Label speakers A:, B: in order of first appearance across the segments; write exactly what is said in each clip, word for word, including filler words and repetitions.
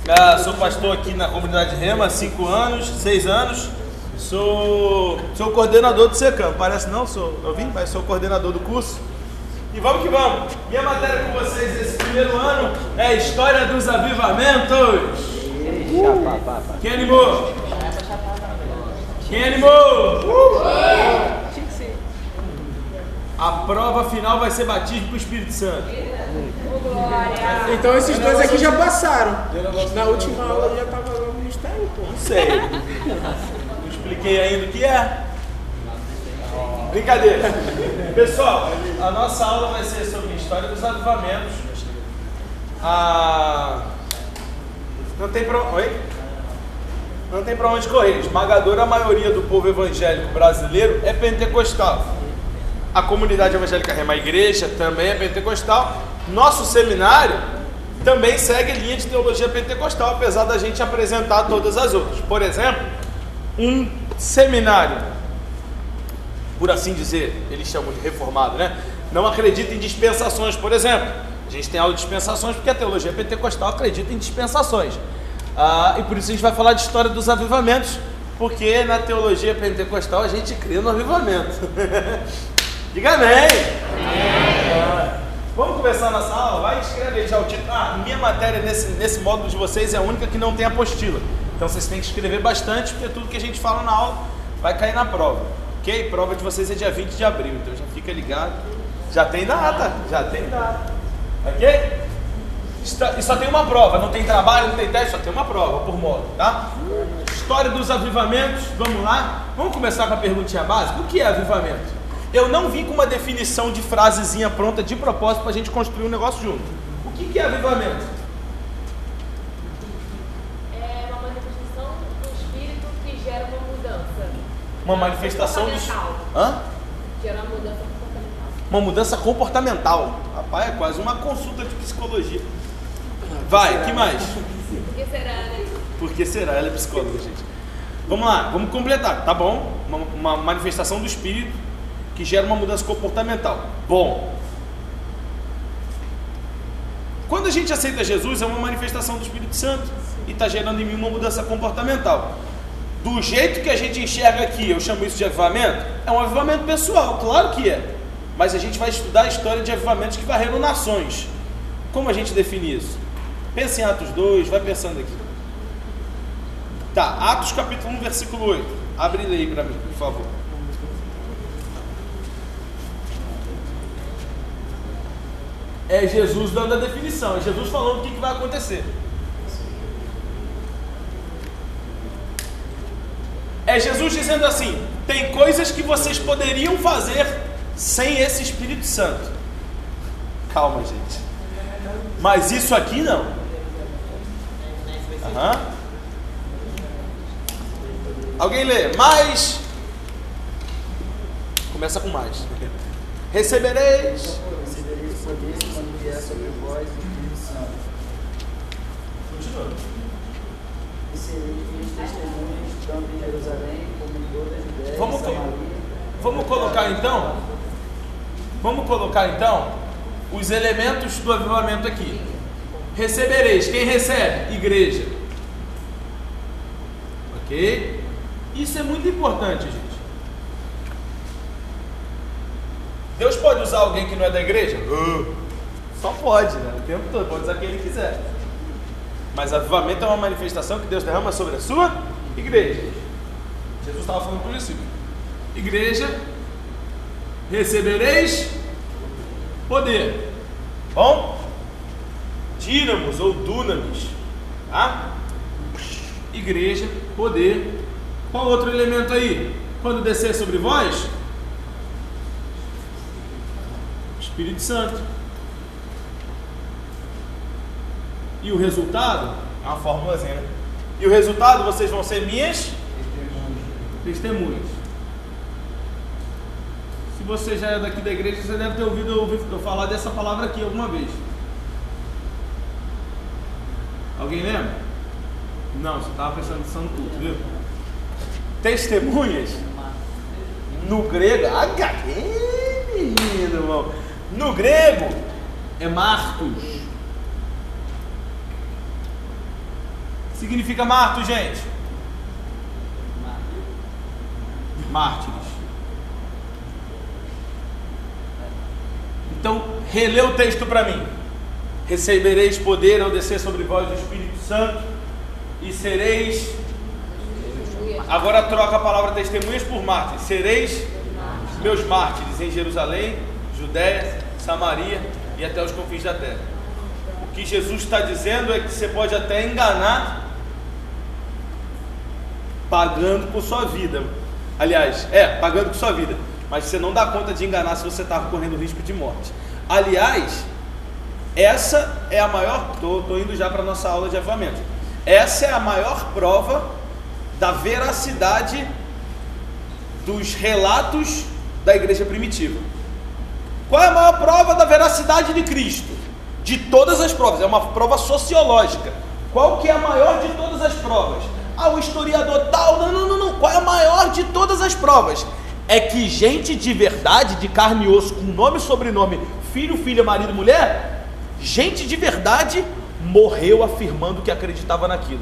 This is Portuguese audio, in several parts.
A: Ah, sou pastor aqui na comunidade Rema há cinco anos, seis anos. Sou, sou coordenador do SECAM. Parece não? Sou, eu vim, mas sou coordenador do curso. E vamos que vamos. Minha matéria com vocês esse primeiro ano é a história dos avivamentos. Uh! Quem animou? Quem animou? Uh! A prova final vai ser batismo com o Espírito Santo.
B: Então esses dois aqui já passaram. Na última aula já estava no ministério, pô.
A: Não sei. Não expliquei ainda o que é. Brincadeira. Pessoal, a nossa aula vai ser sobre a história dos avivamentos. Ah, não tem pra... Oi? Não tem pra onde correr. Esmagadora maioria do povo evangélico brasileiro é pentecostal. A comunidade evangélica Rema Igreja também é pentecostal. Nosso seminário também segue linha de teologia pentecostal, apesar da gente apresentar todas as outras. Por exemplo, um seminário, por assim dizer, eles chamam de reformado, né? Não acredita em dispensações, por exemplo. A gente tem aula de dispensações porque a teologia pentecostal acredita em dispensações. Ah, e por isso a gente vai falar de história dos avivamentos, porque na teologia pentecostal a gente crê no avivamento. Diga amém. Amém. Vamos começar a nossa aula? Vai, escreve aí já o título. Ah, minha matéria nesse, nesse módulo de vocês é a única que não tem apostila. Então vocês têm que escrever bastante, porque tudo que a gente fala na aula vai cair na prova. Ok? Prova de vocês é dia vinte de abril, então já fica ligado. Já tem data, já tem data. Ok? E só tem uma prova, não tem trabalho, não tem teste, só tem uma prova por módulo, tá? História dos avivamentos, vamos lá? Vamos começar com a perguntinha básica. O que é avivamento? Eu não vim com uma definição de frasezinha pronta de propósito para a gente construir um negócio junto. O que, que é avivamento?
C: É uma manifestação do Espírito que gera uma mudança.
A: Uma manifestação do Espírito. Hã?
C: Gera uma mudança comportamental.
A: Uma mudança comportamental. Rapaz, é quase uma consulta de psicologia. Vai, que mais?
C: Por que será, né?
A: Por que será? Ela é psicóloga, gente. Vamos lá, vamos completar, tá bom? Uma, uma manifestação do Espírito que gera uma mudança comportamental. Bom, quando a gente aceita Jesus, é uma manifestação do Espírito Santo e está gerando em mim uma mudança comportamental. Do jeito que a gente enxerga aqui, eu chamo isso de avivamento, é um avivamento pessoal, claro que é. Mas a gente vai estudar a história de avivamentos que varreram nações. Como a gente define isso? Pensa em Atos dois, vai pensando aqui. Tá, Atos capítulo um, versículo oito. Abre e lê aí para mim, por favor. É Jesus dando a definição, é Jesus falando o que, que vai acontecer. É Jesus dizendo assim: tem coisas que vocês poderiam fazer sem esse Espírito Santo. Calma, gente. Mas isso aqui não. Aham. Alguém lê? Mais. Começa com mais. Recebereis.
D: Quando vier sobre vós o Espírito Santo.
A: Continua.
D: E sereis testemunhas tanto em Jerusalém como em toda a Judéia.
A: Vamos, vamos colocar então. Vamos colocar então os elementos do avivamento aqui. Recebereis. Quem recebe? Igreja. Ok? Isso é muito importante, gente. Deus pode usar alguém que não é da igreja? Uh, só pode, né? O tempo todo, pode usar quem ele quiser. Mas avivamento é uma manifestação que Deus derrama sobre a sua igreja. Jesus estava falando por isso. Igreja, recebereis poder. Bom? Dínamos ou dunamis. Tá? Igreja, poder. Qual outro elemento aí? Quando descer sobre vós? Espírito Santo. E o resultado? É uma formulazinha, né? E o resultado, vocês vão ser minhas testemunhas. Se você já é daqui da igreja, você deve ter ouvido eu falar dessa palavra aqui alguma vez. Alguém lembra? Não, você estava prestando atenção no culto, viu? Testemunhas, no grego, ah, menino, irmão. No grego, é marcos. significa mártir, gente? Mártires. Então, relê o texto para mim. Recebereis poder ao descer sobre vós o Espírito Santo e sereis... Agora troca a palavra testemunhas por mártires. Sereis meus mártires em Jerusalém, Judéia, Samaria e até os confins da terra. O que Jesus está dizendo é que você pode até enganar pagando por sua vida. Aliás, é, pagando por sua vida. Mas você não dá conta de enganar se você está correndo risco de morte. Aliás, essa é a maior... Estou indo já para a nossa aula de avivamento. Essa é a maior prova da veracidade dos relatos da igreja primitiva. Qual é a maior prova da veracidade de Cristo? De todas as provas, é uma prova sociológica. Qual que é a maior de todas as provas? Ah, o historiador tal, não, não, não, não. Qual é a maior de todas as provas? É que gente de verdade, de carne e osso, com nome e sobrenome, filho, filha, marido, mulher, gente de verdade morreu afirmando que acreditava naquilo.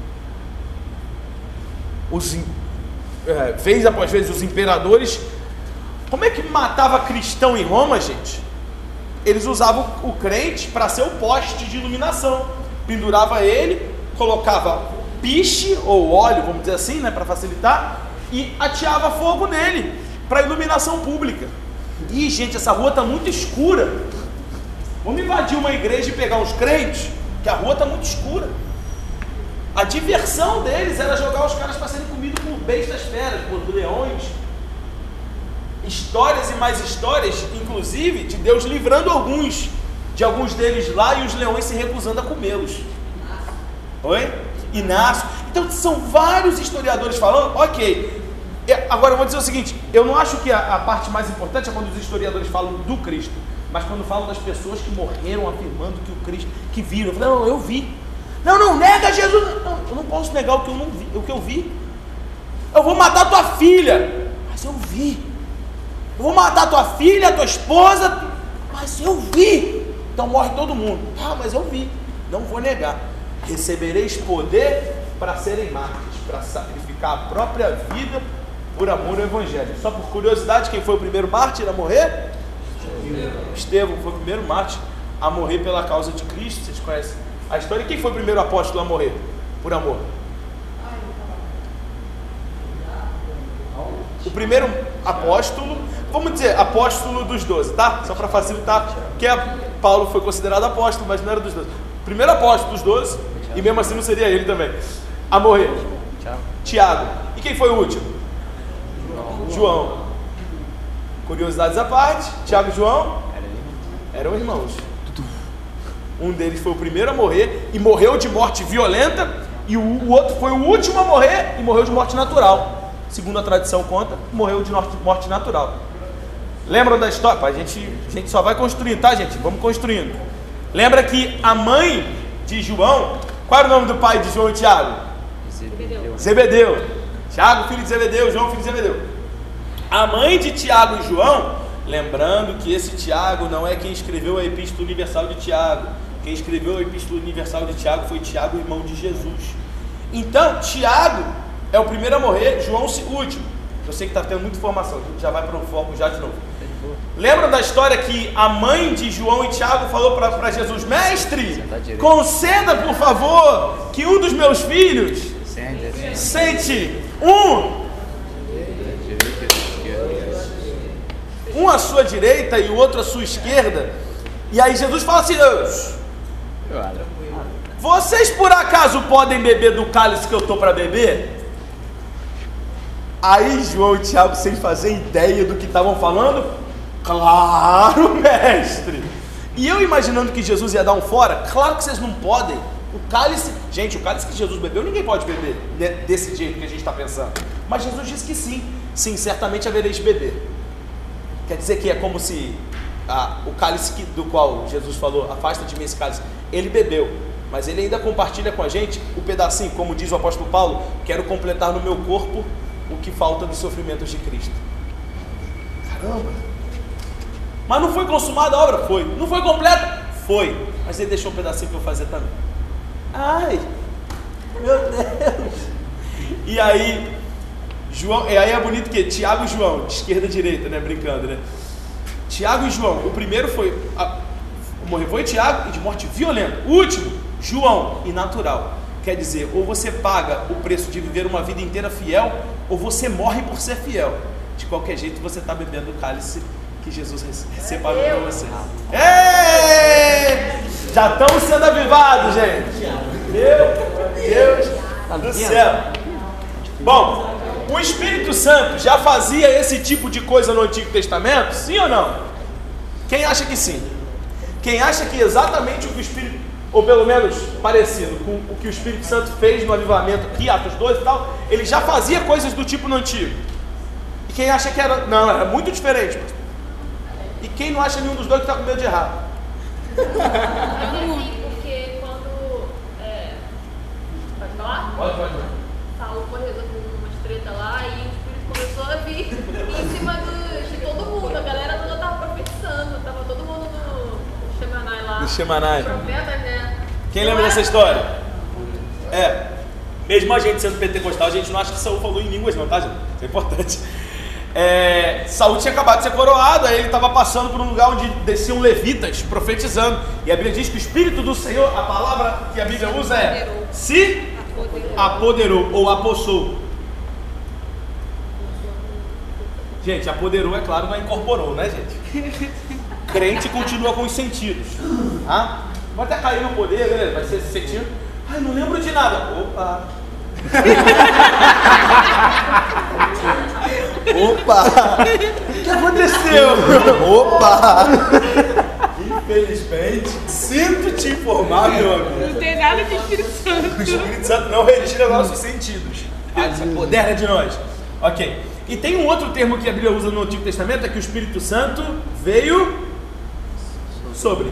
A: Os, é, vez após vez, os imperadores, como é que matava cristão em Roma, gente? Eles usavam o crente para ser o poste de iluminação, pendurava ele, colocava piche ou óleo, vamos dizer assim, né, para facilitar, e ateava fogo nele para iluminação pública. E gente, essa rua está muito escura, vamos invadir uma igreja e pegar uns crentes, que a rua está muito escura. A diversão deles era jogar os caras para serem comidos por bestas feras, por leões. Histórias e mais histórias, inclusive, de Deus livrando alguns, de alguns deles lá, e os leões se recusando a comê-los. Oi? Inácio. Então são vários historiadores falando, ok. Agora eu vou dizer o seguinte, eu não acho que a, a parte mais importante é quando os historiadores falam do Cristo, mas quando falam das pessoas que morreram afirmando que o Cristo, que viram. Eu falei, não, eu vi. Não, não, nega Jesus. Não, eu não posso negar o que eu não vi, o que eu vi. Eu vou matar tua filha, mas eu vi. Eu vou matar tua filha, tua esposa, mas eu vi. Então morre todo mundo. Ah, mas eu vi. Não vou negar. Recebereis poder para serem mártires, para sacrificar a própria vida por amor ao Evangelho. Só por curiosidade, quem foi o primeiro mártir a morrer? Estevão foi o primeiro mártir a morrer pela causa de Cristo. Vocês conhecem a história? Quem foi o primeiro apóstolo a morrer por amor? O primeiro apóstolo, vamos dizer, apóstolo dos doze, tá? Só para facilitar, que é, Paulo foi considerado apóstolo, mas não era dos doze. O primeiro apóstolo dos doze, e mesmo assim não seria ele também, a morrer. Tiago. E quem foi o último? João. João. Curiosidades à parte, Tiago e João eram irmãos. Um deles foi o primeiro a morrer e morreu de morte violenta, e o, o outro foi o último a morrer e morreu de morte natural. Segundo a tradição conta, morreu de morte natural. Lembram da história? A gente, a gente só vai construindo, tá, gente? Vamos construindo. Lembra que a mãe de João, qual era o nome do pai de João e Tiago? Zebedeu. Zebedeu. Tiago, filho de Zebedeu, João, filho de Zebedeu. A mãe de Tiago e João, lembrando que esse Tiago não é quem escreveu a Epístola Universal de Tiago. Quem escreveu a Epístola Universal de Tiago foi Tiago, irmão de Jesus. Então, Tiago é o primeiro a morrer, João o último. Eu sei que está tendo muita informação, a gente já vai para o foco já de novo. Lembram da história que a mãe de João e Tiago falou para Jesus: Mestre, conceda por favor que um dos meus filhos sente um um à sua direita e o outro à sua esquerda. E aí Jesus fala assim: vocês por acaso podem beber do cálice que eu estou para beber? Aí João e Tiago, sem fazer ideia do que estavam falando: claro, mestre. E eu imaginando que Jesus ia dar um fora: claro que vocês não podem. O cálice, gente, o cálice que Jesus bebeu, ninguém pode beber desse jeito que a gente está pensando. Mas Jesus disse que sim, sim, certamente havereis de beber. Quer dizer que é como se ah, o cálice que, do qual Jesus falou: afasta de mim esse cálice, ele bebeu, mas ele ainda compartilha com a gente o pedacinho, como diz o apóstolo Paulo: quero completar no meu corpo o que falta dos sofrimentos de Cristo. Caramba! Mas não foi consumada a obra? Foi. Não foi completa? Foi. Mas ele deixou um pedacinho para eu fazer também. Ai!
D: Meu Deus.
A: E aí, João, e aí é bonito que Tiago e João, de esquerda e direita, né? Brincando, né? Tiago e João, o primeiro foi, a, morreu foi Tiago e de morte violenta. O último, João, e natural. Quer dizer, ou você paga o preço de viver uma vida inteira fiel, ou você morre por ser fiel. De qualquer jeito, você está bebendo o cálice que Jesus separou para você. Ei! Já estamos sendo avivados, gente. Meu Deus do céu. Bom, o Espírito Santo já fazia esse tipo de coisa no Antigo Testamento? Sim ou não? Quem acha que sim? Quem acha que exatamente o que o Espírito, ou pelo menos parecido com o que o Espírito Santo fez no avivamento aqui, Atos dois e tal, ele já fazia coisas do tipo no Antigo? E quem acha que era, não, era muito diferente. E quem não acha nenhum dos dois que está com medo de errar?
C: Sim, porque quando... É, pode falar?
A: Pode, pode.
C: Saulo foi resolvendo umas treta lá e o Espírito começou a vir em cima do, de todo mundo. A galera toda estava profetizando, estava todo mundo no Shemanai lá.
A: No Shemanai.
C: Profetas, né?
A: Quem lembra dessa história? É. Mesmo a gente sendo pentecostal, a gente não acha que Saul falou em línguas não, tá, gente? Isso é importante. É, Saul tinha acabado de ser coroado, aí ele estava passando por um lugar onde desciam levitas profetizando, e a Bíblia diz que o Espírito do Senhor, a palavra que a Bíblia usa é se apoderou ou apossou. Gente, apoderou é claro, não é incorporou, né, gente? Crente continua com os sentidos, tá? Pode até cair no poder, né? Vai ser esse sentido. Ai, não lembro de nada. Opa! Opa! O que aconteceu? Opa! Infelizmente, sinto te informar, meu amigo.
B: Não tem nada de Espírito Santo.
A: O Espírito Santo não retira nossos sentidos. Ah, se apodera de nós. Ok. E tem um outro termo que a Bíblia usa no Antigo Testamento, é que o Espírito Santo veio sobre.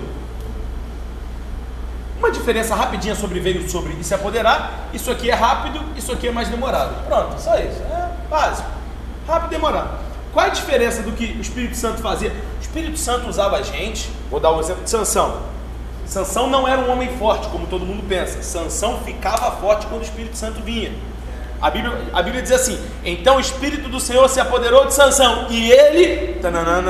A: Uma diferença rapidinha sobre veio sobre e se apoderar. Isso aqui é rápido, isso aqui é mais demorado. Pronto, só isso. É básico. Rápido e demorado. Qual é a diferença do que o Espírito Santo fazia? O Espírito Santo usava a gente. Vou dar um exemplo de Sansão. Sansão não era um homem forte, como todo mundo pensa. Sansão ficava forte quando o Espírito Santo vinha. A Bíblia, a Bíblia diz assim: então o Espírito do Senhor se apoderou de Sansão e ele...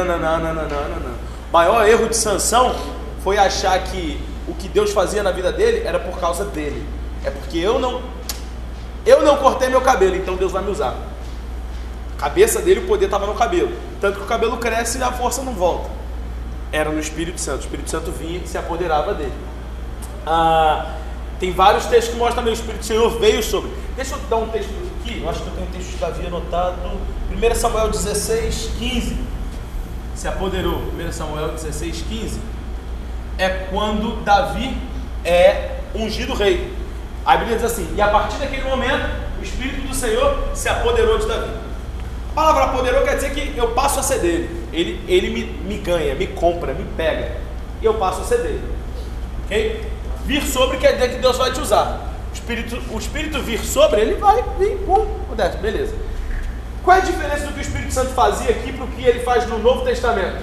A: O maior erro de Sansão foi achar que o que Deus fazia na vida dele era por causa dele. É porque eu não eu não cortei meu cabelo, então Deus vai me usar. A cabeça dele, o poder estava no cabelo. Tanto que o cabelo cresce e a força não volta. Era no Espírito Santo. O Espírito Santo vinha e se apoderava dele. Ah, tem vários textos que mostram que o Espírito Senhor veio sobre. Deixa eu dar um texto aqui. Eu acho que eu tenho um texto de Davi anotado. primeiro Samuel dezesseis, quinze. Se apoderou. primeiro Samuel dezesseis, quinze. É quando Davi é ungido rei. A Bíblia diz assim: e a partir daquele momento o Espírito do Senhor se apoderou de Davi. A palavra apoderou quer dizer que eu passo a ser dele. Ele, ele me, me ganha, me compra, me pega, e eu passo a ser dele. Ok? Vir sobre quer dizer que Deus vai te usar. O Espírito, o Espírito vir sobre, ele vai vir, pum, desce, beleza. Qual é a diferença do que o Espírito Santo fazia aqui para o que ele faz no Novo Testamento?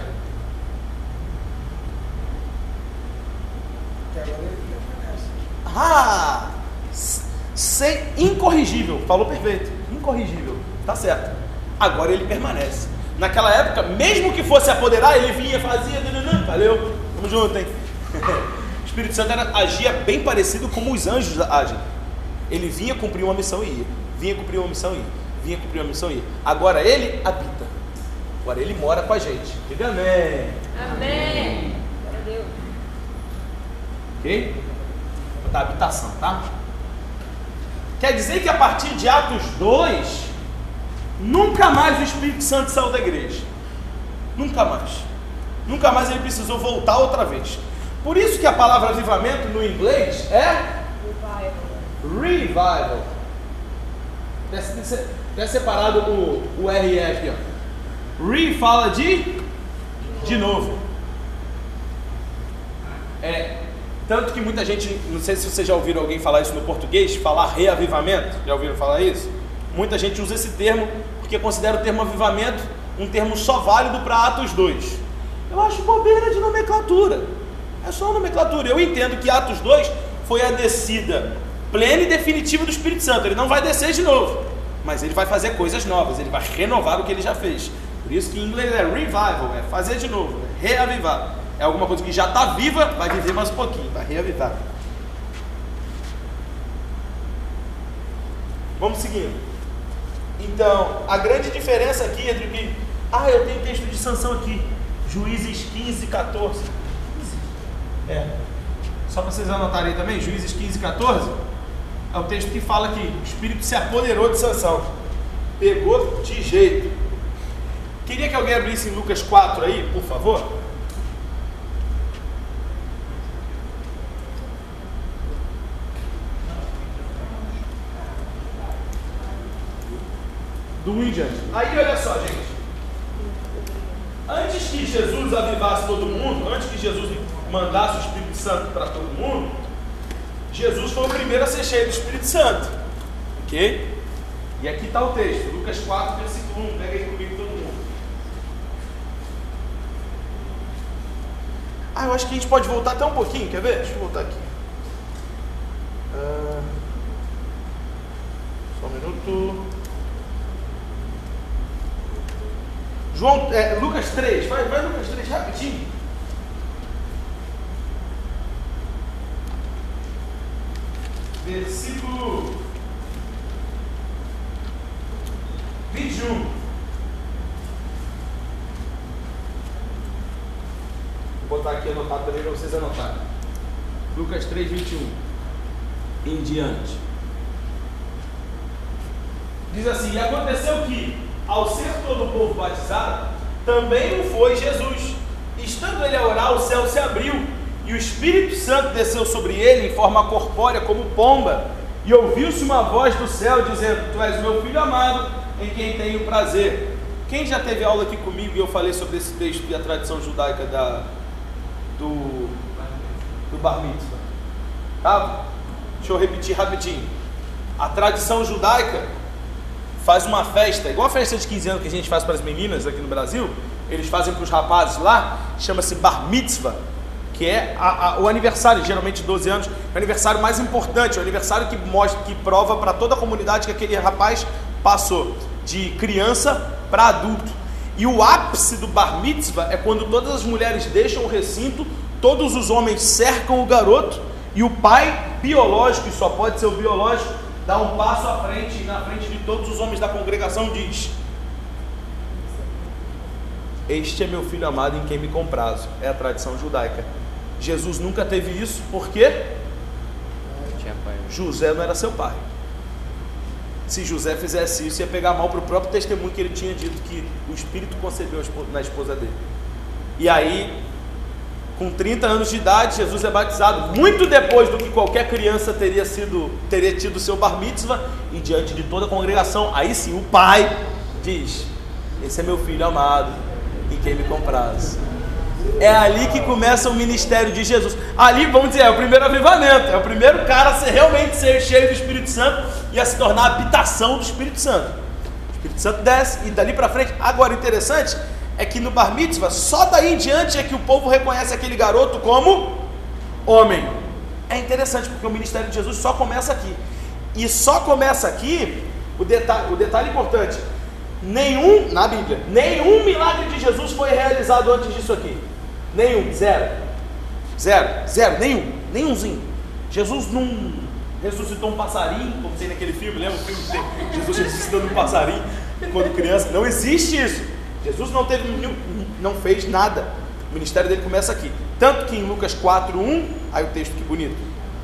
A: Ah, sem, incorrigível, falou perfeito, incorrigível, tá certo. Agora ele permanece. Naquela época, mesmo que fosse apoderar, ele vinha, fazia, valeu, vamos junto, hein? O Espírito Santo era, agia bem parecido como os anjos agem. Ele vinha cumprir uma missão e ia, vinha cumprir uma missão e ia, vinha cumprir uma missão e ia. Agora ele habita, agora ele mora com a gente. Diga amém.
C: Amém. Glória a Deus.
A: Ok? Da habitação, tá? Quer dizer que a partir de Atos dois, nunca mais o Espírito Santo saiu da igreja. Nunca mais. Nunca mais ele precisou voltar outra vez. Por isso que a palavra avivamento no inglês é revival. Até separado o, o R E aqui, ó. Re fala de de novo. É. Tanto que muita gente, não sei se vocês já ouviram alguém falar isso no português, falar reavivamento, já ouviram falar isso? Muita gente usa esse termo porque considera o termo avivamento um termo só válido para Atos dois. Eu acho bobeira de nomenclatura, é só nomenclatura. Eu entendo que Atos dois foi a descida plena e definitiva do Espírito Santo. Ele não vai descer de novo, mas ele vai fazer coisas novas, ele vai renovar o que ele já fez. Por isso que em inglês é revival, é fazer de novo, é reavivar. É alguma coisa que já está viva, vai viver mais um pouquinho, vai reavivar. Vamos seguindo. Então, a grande diferença aqui entre o que... Ah, eu tenho texto de Sansão aqui. Juízes quinze, catorze. É. Só para vocês anotarem também, Juízes quinze, catorze. É o texto que fala que o Espírito se apoderou de Sansão. Pegou de jeito. Queria que alguém abrisse em Lucas quatro aí, por favor. Do um em diante. Aí olha só, gente. Antes que Jesus avivasse todo mundo, antes que Jesus mandasse o Espírito Santo para todo mundo, Jesus foi o primeiro a ser cheio do Espírito Santo. Ok? E aqui está o texto, Lucas quatro, versículo um. Pega aí comigo todo mundo. Ah, eu acho que a gente pode voltar até um pouquinho, quer ver? Deixa eu voltar aqui. Ah, só um minuto. João, é, Lucas três, vai, vai Lucas três rapidinho. Versículo vinte e um. Vou botar aqui anotado também para vocês anotarem. Lucas três, vinte e um em diante. Diz assim: e aconteceu que, ao ser todo o povo batizado, também o foi Jesus. Estando ele a orar, o céu se abriu, e o Espírito Santo desceu sobre ele em forma corpórea como pomba, e ouviu-se uma voz do céu dizendo: tu és meu filho amado, em quem tenho prazer. Quem já teve aula aqui comigo e eu falei sobre esse texto e a tradição judaica da, do, do Bar Mitzvah? Tá? Deixa eu repetir rapidinho. A tradição judaica faz uma festa, igual a festa de quinze anos que a gente faz para as meninas aqui no Brasil, eles fazem para os rapazes lá, chama-se Bar Mitzvah, que é a, a, o aniversário, geralmente de doze anos, o aniversário mais importante, o aniversário que mostra, que prova para toda a comunidade que aquele rapaz passou de criança para adulto. E o ápice do Bar Mitzvah é quando todas as mulheres deixam o recinto, todos os homens cercam o garoto, e o pai biológico, e só pode ser o biológico, dá um passo à frente, e na frente de todos os homens da congregação diz: este é meu filho amado em quem me comprazo. É a tradição judaica. Jesus nunca teve isso, por quê? José não era seu pai. Se José fizesse isso, ia pegar mal para o próprio testemunho que ele tinha dito que o Espírito concebeu na esposa dele. E aí, com trinta anos de idade, Jesus é batizado, muito depois do que qualquer criança teria sido, teria tido seu bar mitzvah, e diante de toda a congregação, aí sim, o pai diz: esse é meu filho amado, em quem me compraz. É ali que começa o ministério de Jesus. Ali, vamos dizer, é o primeiro avivamento, é o primeiro cara a ser realmente ser cheio do Espírito Santo e a se tornar a habitação do Espírito Santo. O Espírito Santo desce, e dali para frente. Agora, interessante é que no Bar Mitzvah, só daí em diante é que o povo reconhece aquele garoto como homem. É interessante, porque o ministério de Jesus só começa aqui. E só começa aqui, o detalhe, o detalhe importante, nenhum, na Bíblia, nenhum milagre de Jesus foi realizado antes disso aqui. Nenhum, zero. Zero, zero, nenhum, nenhumzinho. Jesus não ressuscitou um passarinho, como tem naquele filme, lembra o filme que tem Jesus ressuscitando um passarinho quando criança? Não existe isso. Jesus não teve, não fez nada. O ministério dele começa aqui. Tanto que em Lucas quatro, um, aí o texto que bonito.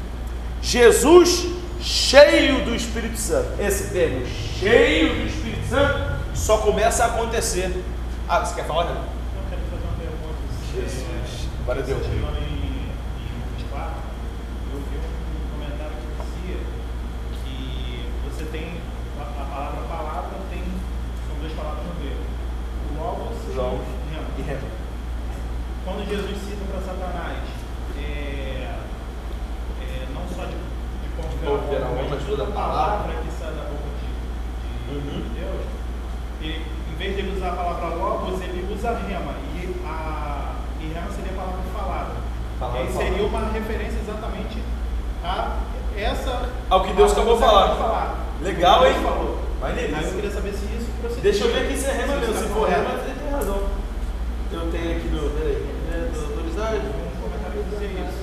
A: Jesus cheio do Espírito Santo. Esse termo, cheio do Espírito Santo, só começa a acontecer. Ah, você quer falar, Renan?
E: Eu quero fazer uma pergunta.
A: Jesus, agora deu.
E: Você chegou em Lucas quatro, eu vi um comentário que dizia que você tem a, a palavra palavra, tem, são duas palavras no grego. Logos e rema. Quando Jesus cita para Satanás, é, é, não só de, de confiar, mas toda a palavra que sai da boca de, de, uhum. de Deus, ele, em vez de ele usar a palavra logos, ele usa rema, e a e rema seria a palavra falada. Palavra e aí seria uma referência exatamente a, essa...
A: Ao que Deus acabou de falar.
E: falar.
A: Legal, hein?
E: Falou.
A: Maneiríssimo.
E: Aí eu queria saber se isso procede.
A: Deixa eu ver aqui se é rema mesmo. Se for rema, ele tem razão. Eu tenho aqui do. Peraí. É do autoridade?
E: Um comentário que dizia isso.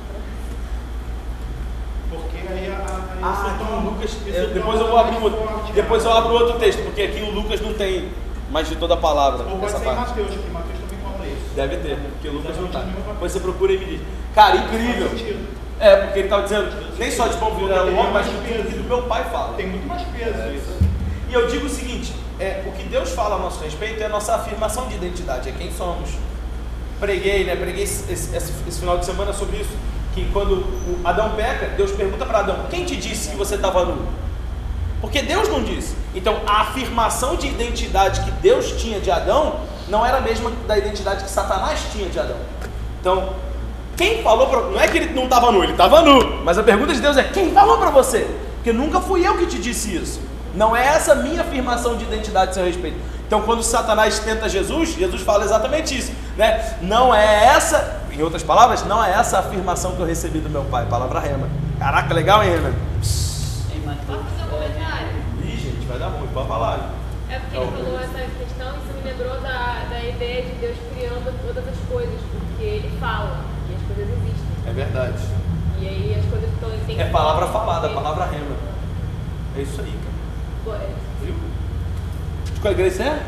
E: Porque aí a. a
A: Ah,
E: isso
A: aqui
E: toma-
A: o Lucas.
E: isso
A: é, depois
E: toma
A: eu vou abrir
E: mais
A: outro.
E: forte,
A: Depois eu
E: cara.
A: abro outro texto, porque aqui o Lucas não tem mais de toda a palavra.
E: Ou pode
A: Essa
E: ser em
A: parte.
E: Mateus, que Mateus também fala isso.
A: Deve ter, porque o Lucas não tá. Depois você procura e me diz. Cara, incrível.
E: Faz sentido.
A: É, porque ele estava dizendo, nem só de pão virar o homem, mas do que do meu pai fala.
E: Tem muito mais peso isso.
A: E eu digo o seguinte, é, o que Deus fala a nosso respeito é a nossa afirmação de identidade, é quem somos. Preguei, né? Preguei esse, esse, esse final de semana sobre isso, que quando o Adão peca, Deus pergunta para Adão, quem te disse que você estava nu? Porque Deus não disse. Então a afirmação de identidade que Deus tinha de Adão não era a mesma da identidade que Satanás tinha de Adão. Então, quem falou para... Não é que ele não estava nu, ele estava nu. Mas a pergunta de Deus é, quem falou para você? Porque nunca fui eu que te disse isso. Não é essa minha afirmação de identidade a seu respeito. Então quando Satanás tenta Jesus, Jesus fala exatamente isso, né? Não é essa, em outras palavras, não é essa a afirmação que eu recebi do meu pai. Palavra rema. Caraca, legal, hein, Renan?
D: Em Mateus,
C: Posso fazer um comentário?
A: Ih, gente, vai dar ruim, pode falar.
C: É porque ele falou essa questão e isso me lembrou da, da ideia de Deus criando todas as coisas, porque ele fala e as coisas existem.
A: É verdade.
C: E aí as coisas estão em
A: É palavra falada, palavra rema. É isso aí, cara.
C: Pô, é-
A: Viu? De qual igreja você é?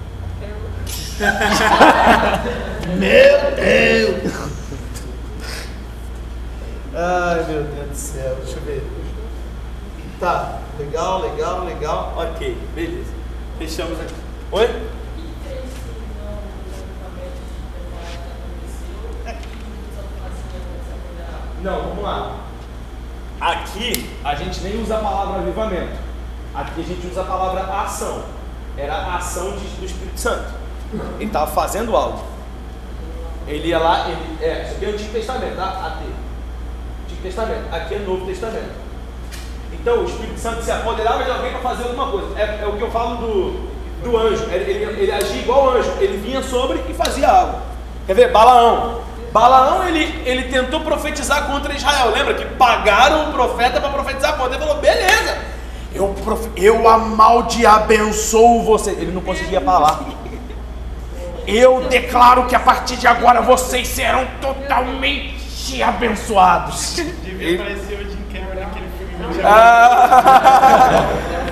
A: Meu Deus! Ai, meu Deus do céu, deixa eu ver. Tá, legal, legal, legal. Ok, beleza. Fechamos aqui. Oi? Não, vamos lá. Aqui a gente nem usa a palavra avivamento. Aqui a gente usa a palavra ação. Era a ação de- do Espírito Santo. Ele estava fazendo algo. Ele ia lá, ele, é, isso aqui é o Antigo Testamento, tá? A T. Antigo Testamento. Aqui é Novo Testamento. Então o Espírito Santo se apoderava de alguém para fazer alguma coisa. É, é o que eu falo do, do anjo. Ele, ele, ele agia igual anjo. Ele vinha sobre e fazia algo. Quer ver? Balaão. Balaão, ele, ele tentou profetizar contra Israel. Lembra que pagaram o profeta para profetizar contra. Ele falou, beleza, eu, profe- eu amalde abençoo você. Ele não conseguia falar. Eu declaro que a partir de agora vocês serão totalmente abençoados.
E: Devia
A: Ele-
E: aparecer o Jim Carrey naquele filme.
A: Ah.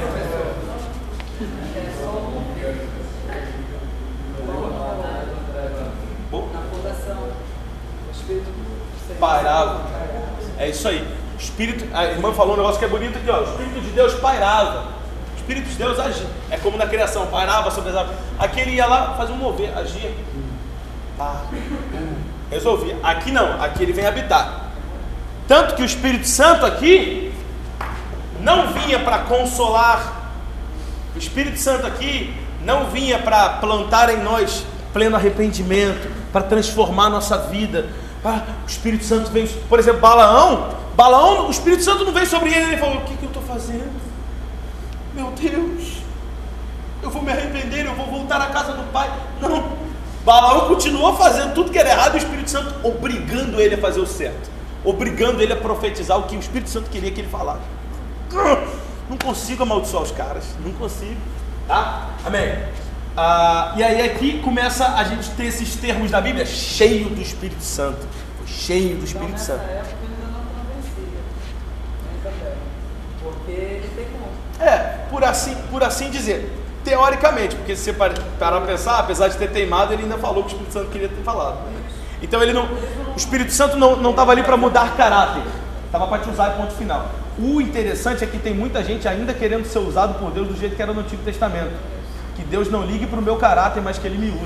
D: na fundação, o Espírito
A: Pairava. É isso aí. O Espírito, a irmã falou um negócio que é bonito aqui, ó. O Espírito de Deus pairava. O Espírito de Deus agia. É como na criação, pairava sobre as águas. Aqui ele ia lá, fazia um mover, agia. Pá, resolvia. Aqui não, aqui ele vem habitar. Tanto que o Espírito Santo aqui não vinha para consolar. O Espírito Santo aqui não vinha para plantar em nós pleno arrependimento, para transformar a nossa vida. Ah, o Espírito Santo vem, por exemplo, Balaão, Balaão, o Espírito Santo não veio sobre ele, ele falou, o que, que eu estou fazendo? Meu Deus, eu vou me arrepender, eu vou voltar à casa do Pai. Não, Balaão continuou fazendo tudo que era errado, e o Espírito Santo obrigando ele a fazer o certo, obrigando ele a profetizar o que o Espírito Santo queria que ele falasse. Não consigo amaldiçoar os caras, não consigo, tá? Amém. Ah, e aí aqui começa a gente ter esses termos da Bíblia, cheio do Espírito Santo, cheio do Espírito
D: então,
A: Santo.
D: nessa época ainda não convencia, ainda bem, porque ele tem como.
A: É, por assim, por assim dizer, teoricamente, porque se você parar para pensar, apesar de ter teimado, ele ainda falou que o Espírito Santo queria ter falado. Então ele não, o Espírito Santo não estava ali para mudar caráter, estava para te usar, ponto final. O interessante é que tem muita gente ainda querendo ser usado por Deus do jeito que era no Antigo Testamento. Que Deus não ligue para o meu caráter, mas que Ele me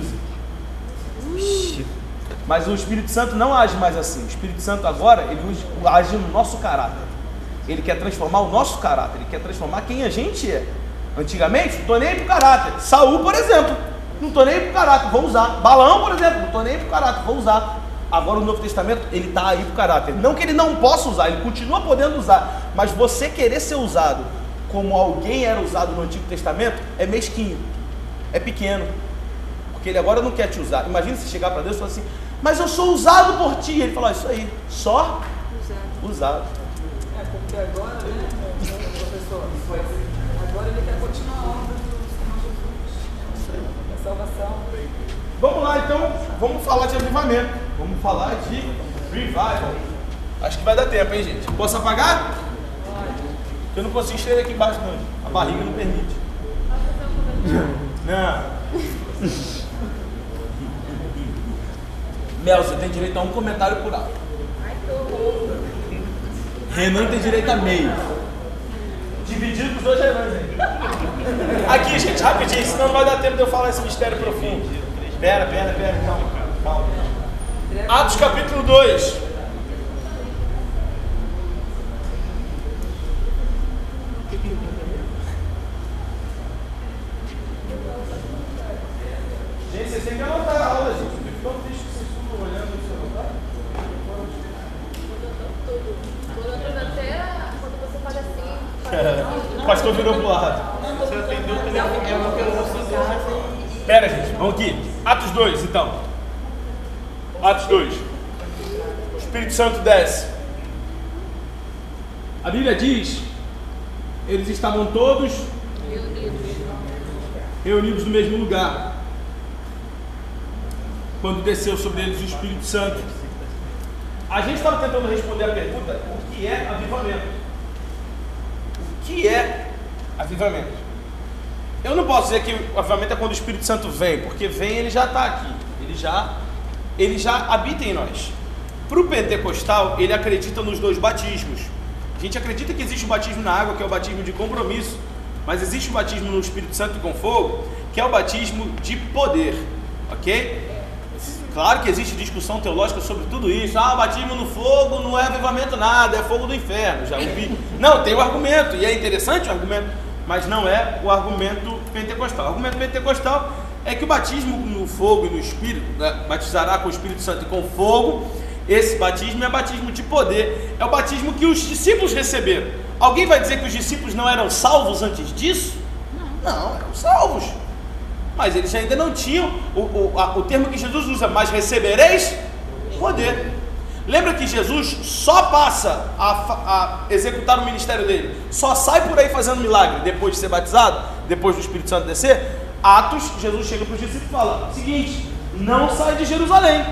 A: use. Mas o Espírito Santo não age mais assim. O Espírito Santo agora, ele age no nosso caráter. Ele quer transformar o nosso caráter, ele quer transformar quem a gente é. Antigamente, não estou nem aí para o caráter. Saul, por exemplo, não estou nem aí para o caráter, vou usar. Balaão, por exemplo, não estou nem aí para o caráter, vou usar. Agora o Novo Testamento, ele está aí para o caráter. Não que ele não possa usar, ele continua podendo usar. Mas você querer ser usado como alguém era usado no Antigo Testamento, é mesquinho, é pequeno. Porque ele agora não quer te usar. Imagina se chegar para Deus e falar assim, mas eu sou usado por ti. Ele fala, isso aí, só usado. usado.
B: É, como
D: Porque agora, né, professor, agora ele quer continuar a obra do Senhor Jesus, da salvação.
A: Vamos lá então, vamos falar de avivamento. Vamos falar de revival. Acho que vai dar tempo, hein, gente? Posso apagar? Eu não consigo escrever aqui embaixo, não. A barriga não permite. Não. Mel, você tem direito a um comentário por aula. Renan tem direito a meio. Dividido com os dois Renans aí. Aqui, gente, rapidinho, senão não vai dar tempo de eu falar esse mistério profundo. Pera, pera, pera, calma, calma. Atos capítulo dois. Gente, vocês têm que anotar a aula, gente. Eu fico tão triste que vocês ficam olhando no celular.
C: Quando até quando você faz assim,
A: O pastor virou pro lado.
E: Você atendeu o telefone.
A: Pera, gente, vamos aqui. Atos dois, então. Atos dois. O Espírito Santo desce. A Bíblia diz: eles estavam todos reunidos no mesmo lugar quando desceu sobre eles o Espírito Santo. A gente estava tentando responder a pergunta: o que é avivamento? O que é avivamento? Eu não posso dizer que o avivamento é quando o Espírito Santo vem, porque vem, ele já está aqui, ele já, ele já habita em nós. Para o pentecostal, ele acredita nos dois batismos. A gente acredita que existe o batismo na água, que é o batismo de compromisso, mas existe o batismo no Espírito Santo e com fogo, que é o batismo de poder, ok? Claro que existe discussão teológica sobre tudo isso. Ah, batismo no fogo não é avivamento nada, é fogo do inferno, já ouvi. Não, tem o argumento, e é interessante o argumento, mas não é o argumento pentecostal. O argumento pentecostal é que o batismo no fogo e no Espírito, né, batizará com o Espírito Santo e com fogo, esse batismo é batismo de poder, é o batismo que os discípulos receberam. Alguém vai dizer que os discípulos não eram salvos antes disso? Não, não, eram salvos, mas eles ainda não tinham o, o, a, o termo que Jesus usa: mas recebereis poder. Lembra que Jesus só passa a, a executar o ministério dele, só sai por aí fazendo milagre depois de ser batizado, depois do Espírito Santo descer? Atos, Jesus chega para os discípulos e fala: seguinte, não sai de Jerusalém,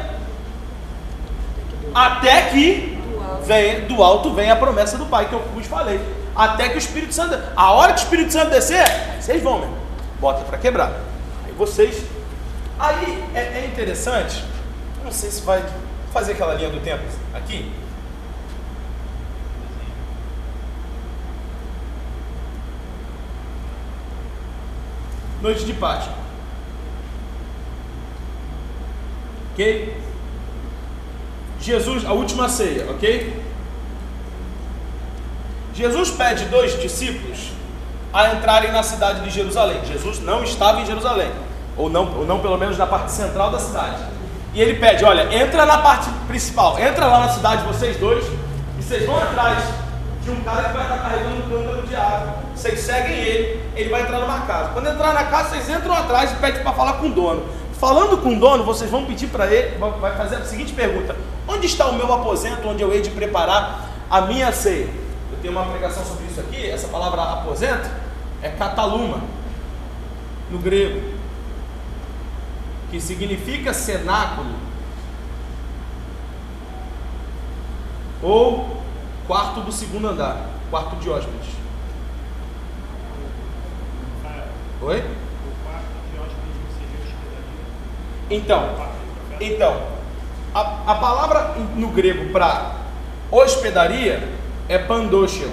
A: até que vem, do alto vem a promessa do Pai, que eu vos falei, até que o Espírito Santo, a hora que o Espírito Santo descer, vocês vão mesmo, bota para quebrar, aí vocês, aí é, é interessante, não sei se vai fazer aquela linha do tempo aqui. Noite de Páscoa. Ok? Jesus, a última ceia, ok? Jesus pede dois discípulos a entrarem na cidade de Jerusalém. Jesus não estava em Jerusalém, ou não, ou não pelo menos na parte central da cidade. E ele pede: olha, entra na parte principal, entra lá na cidade vocês dois, e vocês vão atrás de um cara que vai estar carregando um cântaro de água. Vocês seguem ele, ele vai entrar numa casa. Quando entrar na casa, vocês entram atrás e pedem para falar com o dono. Falando com o dono, vocês vão pedir para ele, vai fazer a seguinte pergunta: onde está o meu aposento onde eu hei de preparar a minha ceia? Eu tenho uma pregação sobre isso aqui. Essa palavra aposento é kataluma no grego, que significa cenáculo ou quarto do segundo andar, quarto de hóspedes. Oi?
E: O quarto de hóspedes seria hospedaria.
A: Então, então a, a palavra no grego para hospedaria é pandoshio.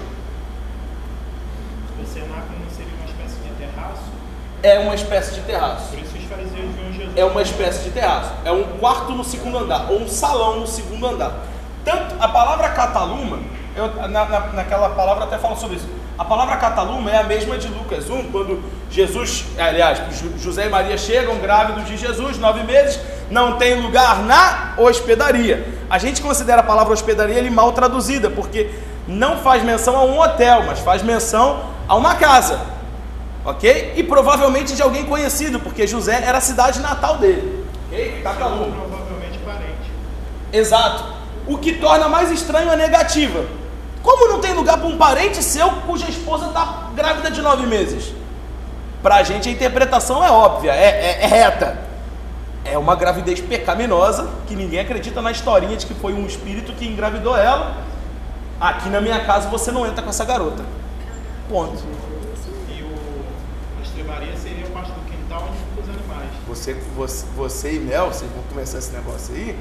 E: O cenáculo não seria uma espécie de terraço?
A: É uma espécie de terraço.
E: Por isso os fariseus viam Jesus.
A: É uma espécie de terraço. É um quarto no segundo andar, ou um salão no segundo andar. Tanto a palavra cataluma, eu, na, na, naquela palavra até falo sobre isso. A palavra cataluma é a mesma de Lucas um, quando Jesus, aliás, José e Maria chegam grávidos de Jesus, nove meses, não tem lugar na hospedaria. A gente considera a palavra hospedaria ele mal traduzida, porque não faz menção a um hotel, mas faz menção a uma casa, ok? E provavelmente de alguém conhecido, porque José era a cidade natal dele, ok? Cataluma.
E: Provavelmente parente.
A: Exato. O que torna mais estranho a negativa. Como não tem lugar para um parente seu cuja esposa está grávida de nove meses? Para a gente a interpretação é óbvia, é, é, é reta. É uma gravidez pecaminosa, que ninguém acredita na historinha de que foi um espírito que engravidou ela. Aqui na minha casa você não entra com essa garota. Ponto.
E: E o, a estrebaria seria a parte do quintal onde ficam os animais.
A: Você, você, você e Mel, vocês vão começar esse negócio aí?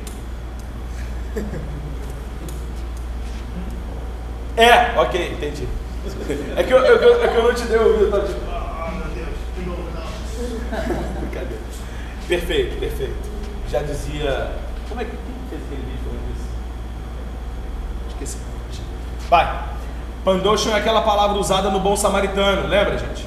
A: É, ok, entendi. É que eu, eu, é que eu não te dei ouvido, eu tava tipo, ah, meu Deus, de novo, não. Brincadeira. Perfeito, perfeito. Já dizia. Como é que. Quem fez aquele vídeo falando isso? Esqueci. Vai. Pandoshon é aquela palavra usada no Bom Samaritano, lembra, gente?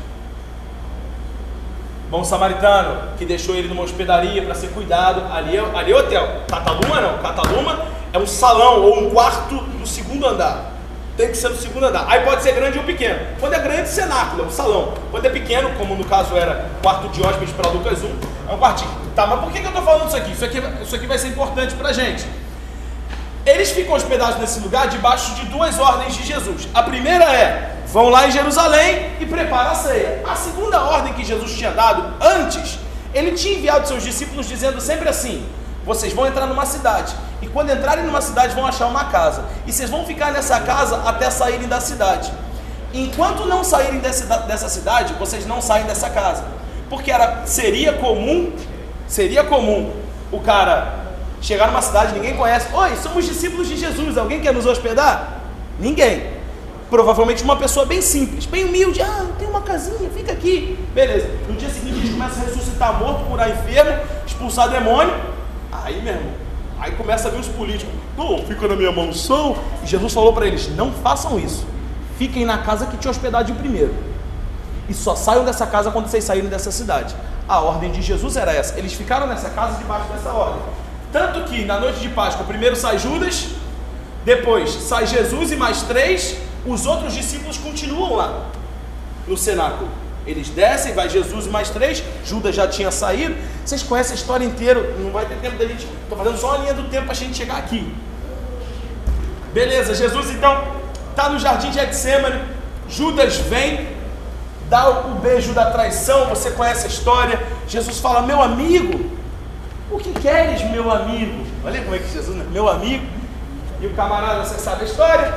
A: Bom Samaritano, que deixou ele numa hospedaria para ser cuidado. Ali é, ali é hotel. Cataluma não. Cataluma é um salão ou um quarto do segundo andar. Tem que ser no segundo andar. Aí pode ser grande ou pequeno. Quando é grande, cenáculo, é um salão. Quando é pequeno, como no caso era quarto de hóspedes para Lucas um, é um quartinho. Tá, mas por que, que eu estou falando isso aqui? Isso aqui, isso aqui vai ser importante para a gente. Eles ficam hospedados nesse lugar debaixo de duas ordens de Jesus. A primeira é, vão lá em Jerusalém e prepara a ceia. A segunda ordem que Jesus tinha dado antes, ele tinha enviado seus discípulos dizendo sempre assim: vocês vão entrar numa cidade, e quando entrarem numa cidade vão achar uma casa, e vocês vão ficar nessa casa até saírem da cidade. Enquanto não saírem dessa, dessa cidade, vocês não saem dessa casa, porque era, seria comum, seria comum o cara chegar numa cidade, ninguém conhece, oi, somos discípulos de Jesus, alguém quer nos hospedar? Ninguém. Provavelmente uma pessoa bem simples, bem humilde, ah, tem uma casinha, fica aqui, beleza. No dia seguinte eles começam a ressuscitar morto, curar enfermo, expulsar demônio. Aí, meu irmão, aí começa a vir os políticos, não, fica na minha mansão. E Jesus falou para eles, não façam isso, fiquem na casa que te hospedar de primeiro, e só saiam dessa casa quando vocês saírem dessa cidade. A ordem de Jesus era essa, eles ficaram nessa casa debaixo dessa ordem. Tanto que na noite de Páscoa, primeiro sai Judas, depois sai Jesus e mais três, os outros discípulos continuam lá no cenáculo. Eles descem, vai Jesus e mais três, Judas já tinha saído. Vocês conhecem a história inteira, não vai ter tempo da gente, estou fazendo só a linha do tempo para a gente chegar aqui. Beleza, Jesus então está no jardim de Getsêmani, Judas vem, dá o beijo da traição, você conhece a história. Jesus fala, meu amigo, o que queres, meu amigo? Olha como é que Jesus, né? Meu amigo. E o camarada, você sabe a história.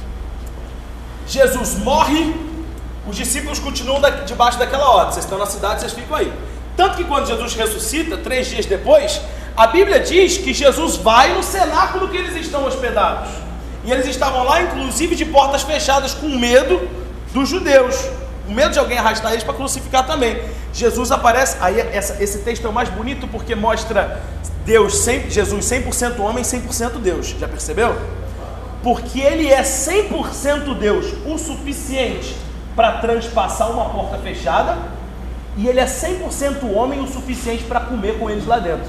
A: Jesus morre, os discípulos continuam debaixo daquela ordem. Vocês estão na cidade, vocês ficam aí. Tanto que quando Jesus ressuscita, três dias depois, a Bíblia diz que Jesus vai no cenáculo que eles estão hospedados. E eles estavam lá, inclusive, de portas fechadas, com medo dos judeus. Com medo de alguém arrastar eles para crucificar também. Jesus aparece, aí essa, esse texto é o mais bonito porque mostra Deus, cem, Jesus cem por cento homem, cem por cento Deus. Já percebeu? Porque ele é cem por cento Deus, o suficiente para transpassar uma porta fechada, e ele é cem por cento homem, o suficiente para comer com eles lá dentro.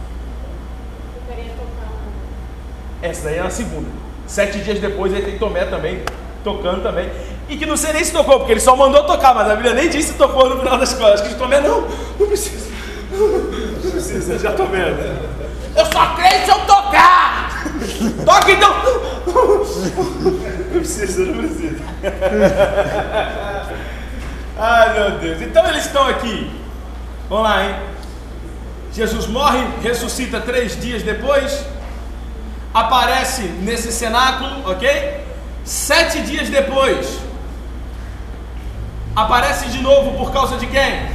A: Essa daí é a segunda. Sete dias depois ele tem Tomé também, tocando também. E que não sei nem se tocou, porque ele só mandou tocar, mas a Bíblia nem disse se tocou no final das contas. Acho que de Tomé não, não precisa. Não precisa, já tô vendo. Eu só creio se eu tocar! Toca então! Não precisa, não precisa. Ai meu Deus, então eles estão aqui. Vamos lá, hein? Jesus morre, ressuscita três dias depois, aparece nesse cenáculo, ok? Sete dias depois, aparece de novo por causa de quem?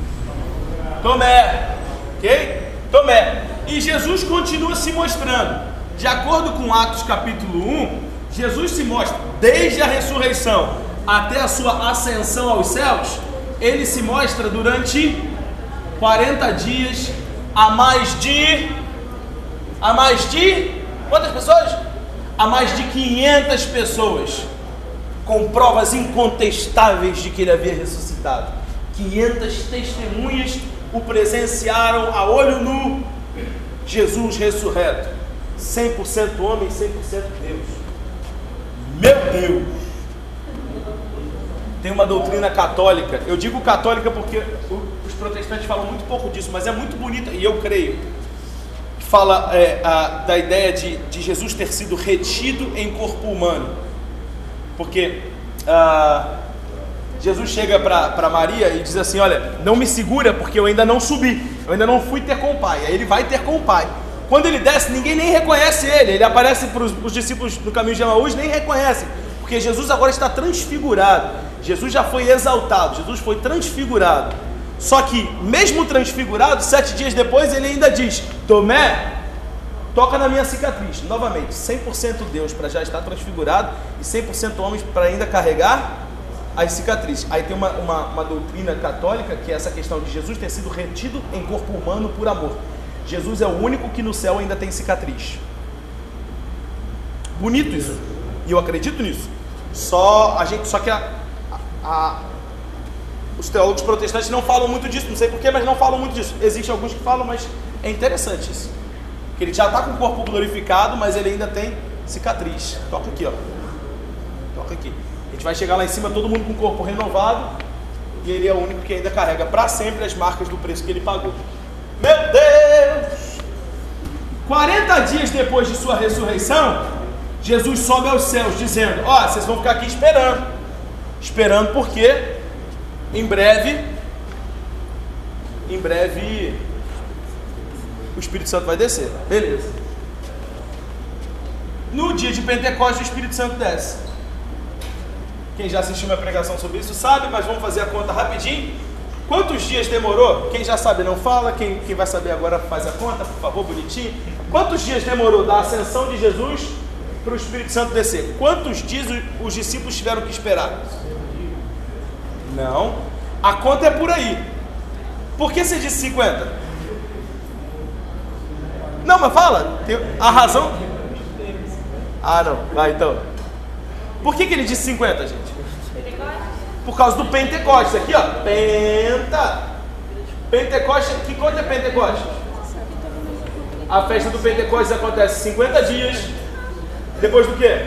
A: Tomé, ok? Tomé. E Jesus continua se mostrando. De acordo com Atos capítulo um, Jesus se mostra desde a ressurreição até a sua ascensão aos céus. Ele se mostra durante quarenta dias a mais de a mais de quantas pessoas? A mais de quinhentas pessoas, com provas incontestáveis de que ele havia ressuscitado. quinhentas testemunhas o presenciaram a olho nu. Jesus ressurreto, cem por cento homem, cem por cento Deus. Meu Deus! Tem uma doutrina católica, eu digo católica porque os protestantes falam muito pouco disso, mas é muito bonita, e eu creio, que fala é, a, da ideia de, de Jesus ter sido retido em corpo humano. Porque ah, Jesus chega para Maria e diz assim: olha, não me segura porque eu ainda não subi, eu ainda não fui ter com o Pai. Aí ele vai ter com o Pai. Quando ele desce, ninguém nem reconhece ele. Ele aparece para os discípulos no caminho de Emaús, nem reconhecem, porque Jesus agora está transfigurado. Jesus já foi exaltado, Jesus foi transfigurado. Só que, mesmo transfigurado, sete dias depois, ele ainda diz: Tomé, toca na minha cicatriz. Novamente, cem por cento Deus para já estar transfigurado e cem por cento homens para ainda carregar as cicatrizes. Aí tem uma, uma, uma doutrina católica, que é essa questão de Jesus ter sido retido em corpo humano por amor. Jesus é o único que no céu ainda tem cicatriz. Bonito isso. E eu acredito nisso. Só a gente, só que a, a, a, os teólogos protestantes não falam muito disso. Não sei porquê, mas não falam muito disso. Existem alguns que falam, mas é interessante isso. Que ele já está com o corpo glorificado, mas ele ainda tem cicatriz. Toca aqui, ó. Toca aqui. A gente vai chegar lá em cima, todo mundo com o corpo renovado, e ele é o único que ainda carrega para sempre as marcas do preço que ele pagou. Meu Deus! quarenta dias depois de sua ressurreição, Jesus sobe aos céus dizendo: ó, vocês vão ficar aqui esperando. Esperando porque em breve, em breve, o Espírito Santo vai descer. Beleza. No dia de Pentecostes, o Espírito Santo desce. Quem já assistiu minha pregação sobre isso sabe, mas vamos fazer a conta rapidinho. Quantos dias demorou? Quem já sabe não fala, quem, quem vai saber agora faz a conta, por favor, bonitinho. Quantos dias demorou da ascensão de Jesus para o Espírito Santo descer? Quantos dias os discípulos tiveram que esperar? Não. A conta é por aí. Por que você disse cinquenta? Não, mas fala. Tem a razão. Ah, não. Vai então. Por que que ele disse cinquenta, gente? Por causa do Pentecostes. Aqui, ó. Penta. Pentecostes. Que conta é Pentecostes? A festa do Pentecostes acontece cinquenta dias. Depois do quê?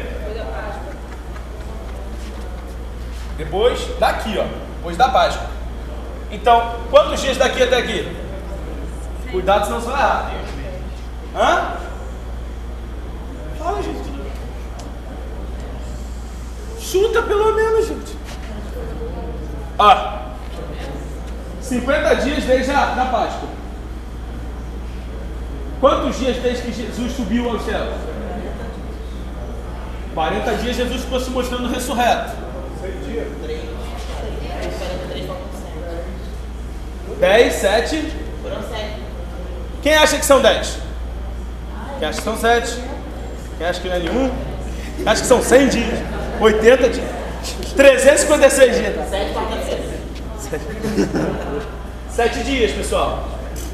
A: Depois daqui, ó. Depois da Páscoa. Então, quantos dias daqui até aqui? Cuidado, senão você vai errar. Hã? Fala, gente. Chuta pelo menos, gente. Ó. cinquenta dias desde a da Páscoa. Quantos dias desde que Jesus subiu aos céus? quarenta dias Jesus ficou se mostrando ressurreto. dez, sete. Quem acha que são dez? Quem acha que são sete? Quem acha que não é nenhum? Quem acha que são cem dias? oitenta dias? trezentos e cinquenta e seis dias. Sete dias, pessoal.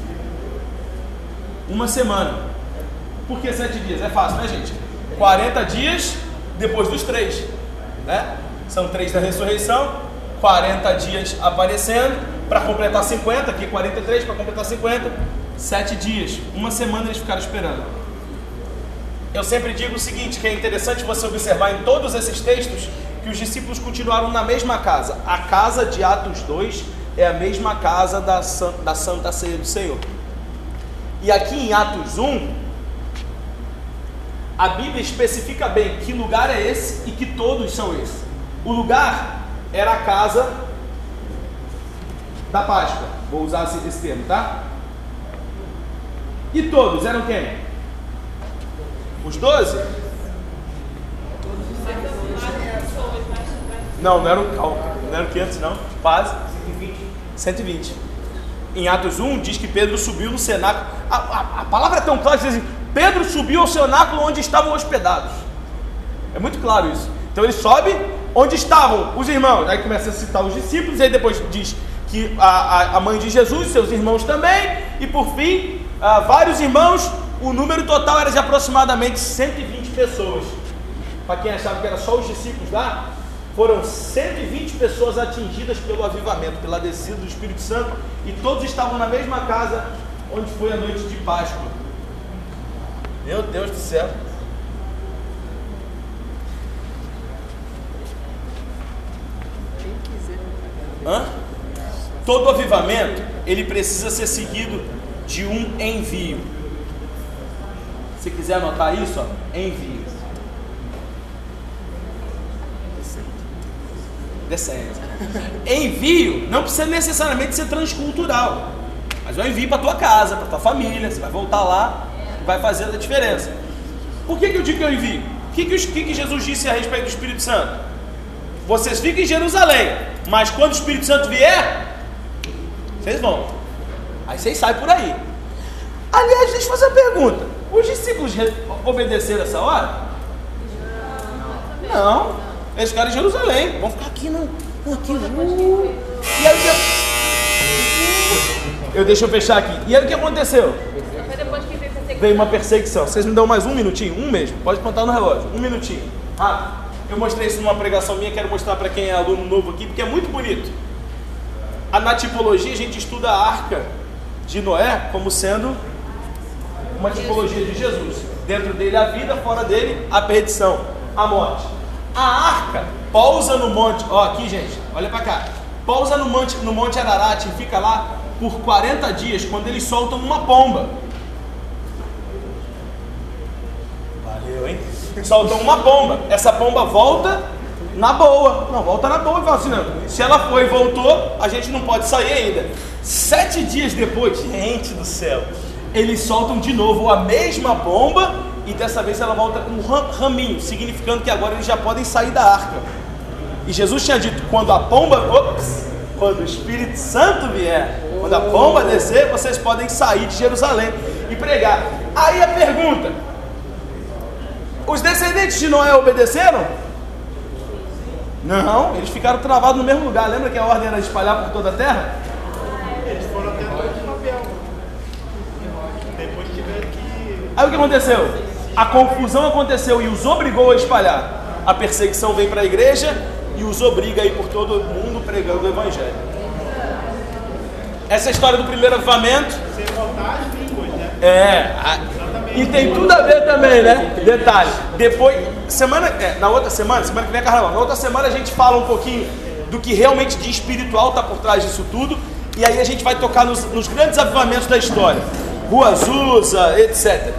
A: Uma semana. Por que sete dias? É fácil, né, gente? quarenta dias depois dos três, né? São três da ressurreição, quarenta dias aparecendo, para completar cinquenta, aqui quarenta e três, para completar cinquenta, sete dias, uma semana eles ficaram esperando. Eu sempre digo o seguinte, que é interessante você observar em todos esses textos, que os discípulos continuaram na mesma casa. A casa de Atos dois é a mesma casa da, da Santa Ceia do Senhor. E aqui em Atos um, a Bíblia especifica bem que lugar é esse e que todos são esses. O lugar era a casa da Páscoa, vou usar esse termo, tá? E todos eram quem? Os doze? Não, não eram, não eram quinhentos não, quase cento e vinte. Em Atos um diz que Pedro subiu no cenáculo. A, a, a palavra é tão clara que diz assim: Pedro subiu ao cenáculo onde estavam hospedados. É muito claro isso. Então ele sobe onde estavam os irmãos. Aí começa a citar os discípulos, e aí depois diz que a, a, a mãe de Jesus, seus irmãos também, e por fim, a, vários irmãos. O número total era de aproximadamente cento e vinte pessoas. Para quem achava que era só os discípulos lá, foram cento e vinte pessoas atingidas pelo avivamento, pela descida do Espírito Santo, e todos estavam na mesma casa onde foi a noite de Páscoa. Meu Deus do céu. Hã? Todo avivamento, ele precisa ser seguido de um envio. Se quiser anotar isso, ó, envio. decente. Envio não precisa necessariamente ser transcultural, mas eu envio para tua casa, para tua família. Você vai voltar lá e vai fazer a diferença. Por que, que eu digo que eu envio? O que, que, os- que, que Jesus disse a respeito do Espírito Santo? Vocês ficam em Jerusalém, mas quando o Espírito Santo vier, vocês vão. Aí vocês saem por aí. Aliás, deixa eu fazer uma pergunta. Os discípulos re- obedeceram essa hora? Não. Eles ficaram em Jerusalém. Vão ficar aqui, não. não aqui, uh. E aí o que... Eu deixa eu fechar aqui. E aí o que aconteceu?
C: Foi depois que veio a perseguição.
A: Veio uma perseguição. Vocês me dão mais um minutinho? Um mesmo. Pode contar no relógio. Um minutinho. Ah, eu mostrei isso numa pregação minha. Quero mostrar para quem é aluno novo aqui, porque é muito bonito. A, na tipologia, a gente estuda a arca de Noé como sendo uma tipologia de Jesus. Dentro dele a vida, fora dele a perdição, a morte. A arca pousa no monte, ó aqui gente, olha pra cá. Pousa no monte, no monte Ararat e fica lá por quarenta dias, quando eles soltam uma pomba. Valeu, hein? Soltam uma pomba. Essa pomba volta na boa. Não, volta na boa e fala assim, não. Se ela foi e voltou, a gente não pode sair ainda. Sete dias depois, gente do céu, eles soltam de novo a mesma bomba e dessa vez ela volta com um ram- raminho, significando que agora eles já podem sair da arca. E Jesus tinha dito, quando a pomba, ops, quando o Espírito Santo vier, quando a pomba descer, vocês podem sair de Jerusalém e pregar. Aí a pergunta, os descendentes de Noé obedeceram? Não, eles ficaram travados no mesmo lugar. Lembra que a ordem era espalhar por toda a terra?
E: Eles foram até Torre de Babel. Depois tiveram que.
A: Aí o que aconteceu? A confusão aconteceu e os obrigou a espalhar. A perseguição vem para a igreja e os obriga a ir por todo mundo pregando o evangelho. Essa é a história do primeiro avivamento.
E: Sem contar as línguas, né?
A: É, a- e tem tudo a ver também, né? Detalhe, depois, semana, é, na outra semana, semana que vem é carnaval, na outra semana a gente fala um pouquinho do que realmente de espiritual está por trás disso tudo, e aí a gente vai tocar nos, nos grandes avivamentos da história, Rua Azusa, etcétera.